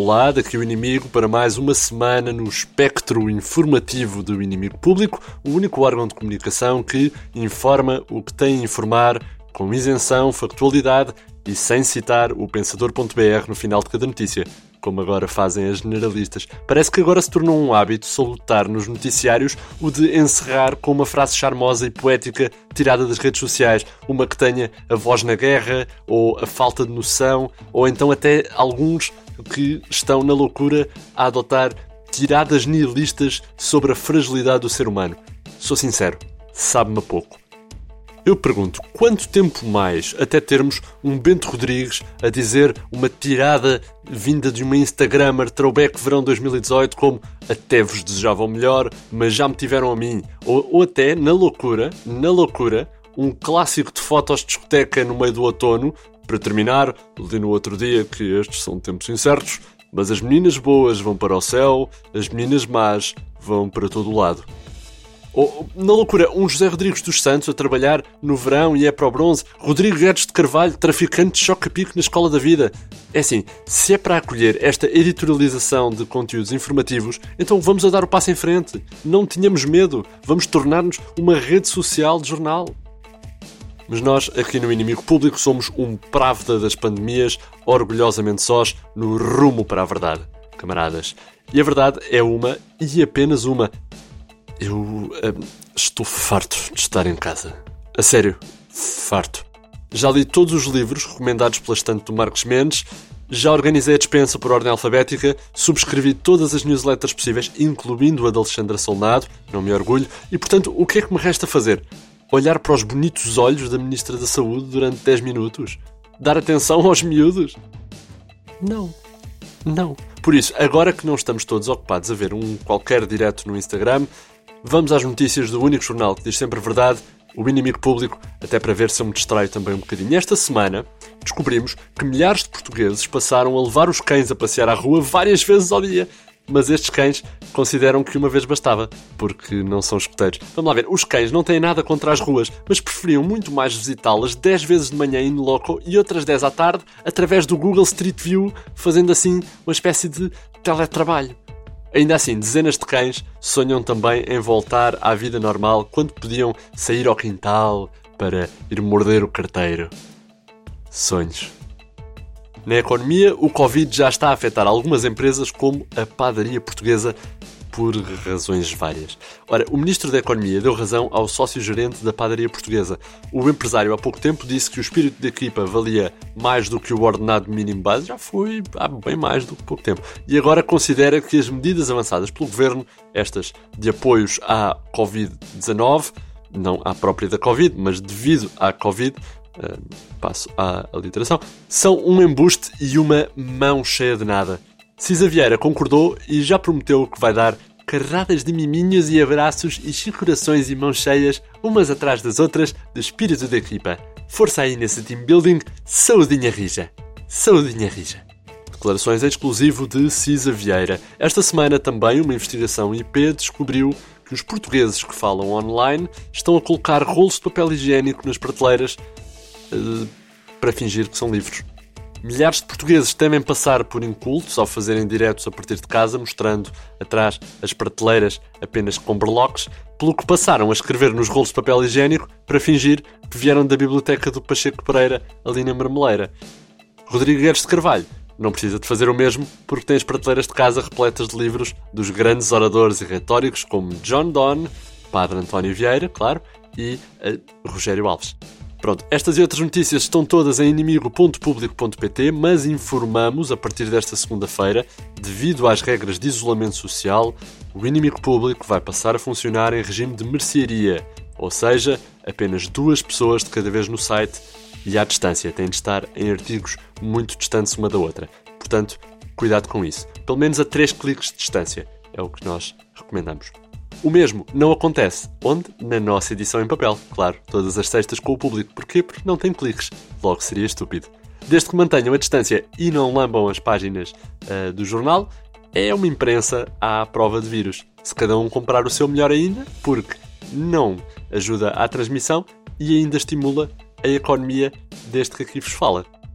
Olá, daqui o Inimigo para mais uma semana no espectro informativo do Inimigo Público, o único órgão de comunicação que informa o que tem a informar com isenção, factualidade e sem citar o pensador.br no final de cada notícia, como agora fazem as generalistas. Parece que agora se tornou um hábito salutar nos noticiários o de encerrar com uma frase charmosa e poética tirada das redes sociais, uma que tenha a voz na guerra, ou a falta de noção, ou então até alguns que estão na loucura a adotar tiradas nihilistas sobre a fragilidade do ser humano. Sou sincero, sabe-me a pouco. Eu pergunto, quanto tempo mais até termos um Bento Rodrigues a dizer uma tirada vinda de uma Instagrammer throwback verão 2018 como até vos desejavam melhor, mas já me tiveram a mim. Ou até, na loucura, um clássico de fotos de discoteca no meio do outono. Para terminar, li no outro dia que estes são tempos incertos, mas as meninas boas vão para o céu, as meninas más vão para todo o lado. Ou, na loucura, um José Rodrigues dos Santos a trabalhar no verão e é para o bronze, Rodrigo Guedes de Carvalho, traficante de choque-a-pico na escola da vida. É assim, se é para acolher esta editorialização de conteúdos informativos, então vamos a dar o passo em frente. Não tenhamos medo, vamos tornar-nos uma rede social de jornal. Mas nós, aqui no Inimigo Público, somos um Pravda das pandemias, orgulhosamente sós, no rumo para a verdade, camaradas. E a verdade é uma, e apenas uma. Eu estou farto de estar em casa. A sério, farto. Já li todos os livros recomendados pela estante do Marcos Mendes, já organizei a despensa por ordem alfabética, subscrevi todas as newsletters possíveis, incluindo a de Alexandra Solnado, não me orgulho, e portanto, o que é que me resta fazer? Olhar para os bonitos olhos da Ministra da Saúde durante 10 minutos? Dar atenção aos miúdos? Não. Por isso, agora que não estamos todos ocupados a ver um qualquer direto no Instagram, vamos às notícias do único jornal que diz sempre a verdade, o Inimigo Público, até para ver se eu me distraio também um bocadinho. Esta semana descobrimos que milhares de portugueses passaram a levar os cães a passear à rua várias vezes ao dia. Mas estes cães consideram que uma vez bastava, porque não são escuteiros. Vamos lá ver, os cães não têm nada contra as ruas, mas preferiam muito mais visitá-las 10 vezes de manhã in loco e outras 10 à tarde, através do Google Street View, fazendo assim uma espécie de teletrabalho. Ainda assim, dezenas de cães sonham também em voltar à vida normal quando podiam sair ao quintal para ir morder o carteiro. Sonhos. Na economia, o Covid já está a afetar algumas empresas como a padaria portuguesa por razões várias. Ora, o Ministro da Economia deu razão ao sócio-gerente da padaria portuguesa. O empresário há pouco tempo disse que o espírito da equipa valia mais do que o ordenado mínimo base, já foi há bem mais do que pouco tempo. E agora considera que as medidas avançadas pelo Governo, estas de apoios à Covid-19, não à própria da Covid, mas devido à Covid, passo à aliteração, são um embuste e uma mão cheia de nada. Cisa Vieira concordou e já prometeu que vai dar carradas de miminhos e abraços e corações e mãos cheias, umas atrás das outras, do espírito da equipa. Força aí nesse team building, saudinha rija. Saudinha rija. Declarações exclusivo de Cisa Vieira. Esta semana também uma investigação IP descobriu que os portugueses que falam online estão a colocar rolos de papel higiênico nas prateleiras para fingir que são livros. Milhares de portugueses temem passar por incultos ao fazerem diretos a partir de casa, mostrando atrás as prateleiras apenas com berloques, pelo que passaram a escrever nos rolos de papel higiênico para fingir que vieram da biblioteca do Pacheco Pereira, ali na Marmeleira. Rodrigo Guedes de Carvalho não precisa de fazer o mesmo porque tem as prateleiras de casa repletas de livros dos grandes oradores e retóricos como John Donne, Padre António Vieira, claro, e Rogério Alves. Pronto, estas e outras notícias estão todas em inimigo.publico.pt, mas informamos, a partir desta segunda-feira, devido às regras de isolamento social, o Inimigo Público vai passar a funcionar em regime de mercearia, ou seja, apenas 2 pessoas de cada vez no site e à distância, têm de estar em artigos muito distantes uma da outra. Portanto, cuidado com isso. Pelo menos a 3 cliques de distância, é o que nós recomendamos. O mesmo não acontece. Onde? Na nossa edição em papel. Claro, todas as sextas com o público. Porquê? Porque não tem cliques. Logo seria estúpido. Desde que mantenham a distância e não lambam as páginas do jornal, é uma imprensa à prova de vírus. Se cada um comprar o seu, melhor ainda, porque não ajuda à transmissão e ainda estimula a economia deste que aqui vos fala.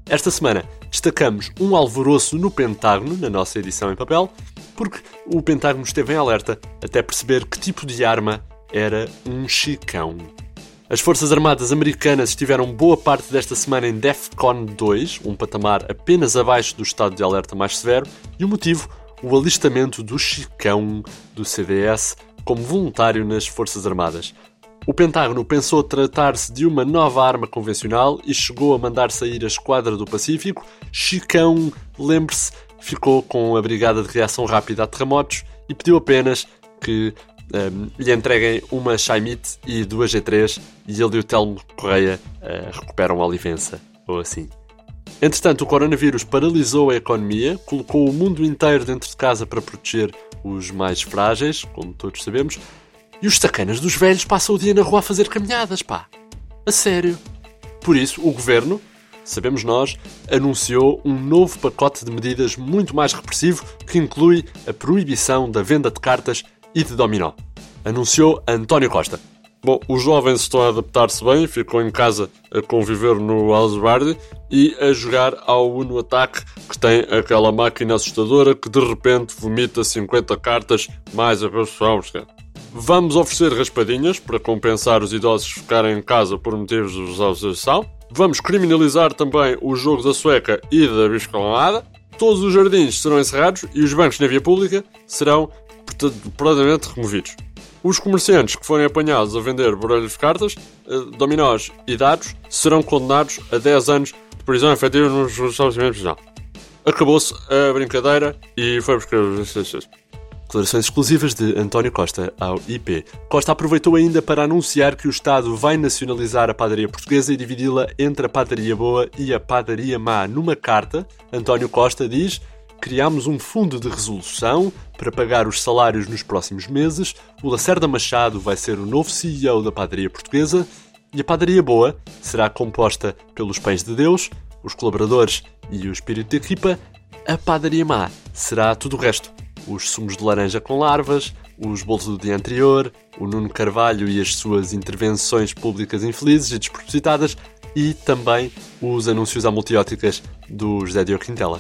Esta semana destacamos um alvoroço no Pentágono, na nossa edição em papel, porque o Pentágono esteve em alerta até perceber que tipo de arma era um chicão. As Forças Armadas Americanas estiveram boa parte desta semana em DEFCON 2, um patamar apenas abaixo do estado de alerta mais severo, e o motivo, o alistamento do chicão do CDS como voluntário nas Forças Armadas. O Pentágono pensou tratar-se de uma nova arma convencional e chegou a mandar sair a Esquadra do Pacífico. Chicão, lembre-se, ficou com a Brigada de Reação Rápida a Terremotos e pediu apenas que lhe entreguem uma Chaimite e duas G3 e ele e o Telmo Correia recuperam a Olivença, ou assim. Entretanto, o coronavírus paralisou a economia, colocou o mundo inteiro dentro de casa para proteger os mais frágeis, como todos sabemos, e os sacanas dos velhos passam o dia na rua a fazer caminhadas, pá. A sério. Por isso, o governo, sabemos nós, anunciou um novo pacote de medidas muito mais repressivo que inclui a proibição da venda de cartas e de dominó. Anunciou António Costa. Bom, os jovens estão a adaptar-se bem, ficam em casa a conviver no Housebardi e a jogar ao Uno Ataque, que tem aquela máquina assustadora que de repente vomita 50 cartas mais a pessoa. Vamos oferecer raspadinhas para compensar os idosos ficarem em casa por motivos de exaustão. Vamos criminalizar também o jogo da sueca e da biscalada. Todos os jardins serão encerrados e os bancos na via pública serão prontamente removidos. Os comerciantes que forem apanhados a vender baralhos de cartas, dominós e dados serão condenados a 10 anos de prisão efetiva nos estabelecimentos. Acabou-se a brincadeira e foi buscar os... Declarações exclusivas de António Costa ao IP. Costa aproveitou ainda para anunciar que o Estado vai nacionalizar a padaria portuguesa e dividi-la entre a padaria boa e a padaria má. Numa carta, António Costa diz: criámos um fundo de resolução para pagar os salários nos próximos meses, o Lacerda Machado vai ser o novo CEO da padaria portuguesa e a padaria boa será composta pelos pães de Deus, os colaboradores e o espírito de equipa. A padaria má será tudo o resto. Os sumos de laranja com larvas, os bolos do dia anterior, o Nuno Carvalho e as suas intervenções públicas infelizes e despropositadas e também os anúncios à multióticas do José Diogo Quintela.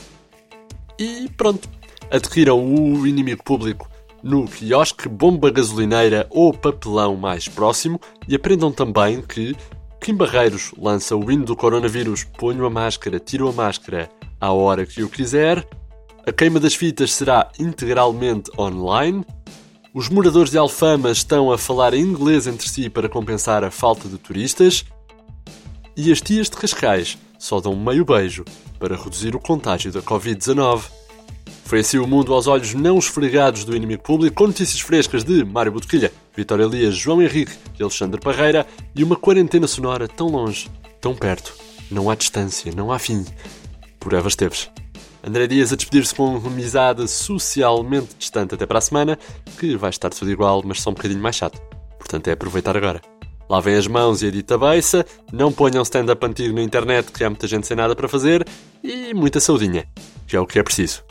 E pronto, adquiriram o inimigo público no quiosque, bomba gasolineira ou papelão mais próximo e aprendam também que Kim Barreiros lança o hino do coronavírus, ponho a máscara, tiro a máscara à hora que eu quiser. A queima das fitas será integralmente online. Os moradores de Alfama estão a falar em inglês entre si para compensar a falta de turistas. E as tias de Cascais só dão meio beijo para reduzir o contágio da Covid-19. Foi assim o mundo aos olhos não esfregados do inimigo público, com notícias frescas de Mário Botequilha, Vitória Elias, João Henrique e Alexandre Parreira e uma quarentena sonora tão longe, tão perto. Não há distância, não há fim. Por Eva Esteves. André Dias a despedir-se com uma amizade socialmente distante até para a semana, que vai estar tudo igual, mas só um bocadinho mais chato. Portanto é aproveitar agora. Lavem as mãos e a dita beiça, não ponham stand-up antigo na internet, que há muita gente sem nada para fazer, e muita saudinha, que é o que é preciso.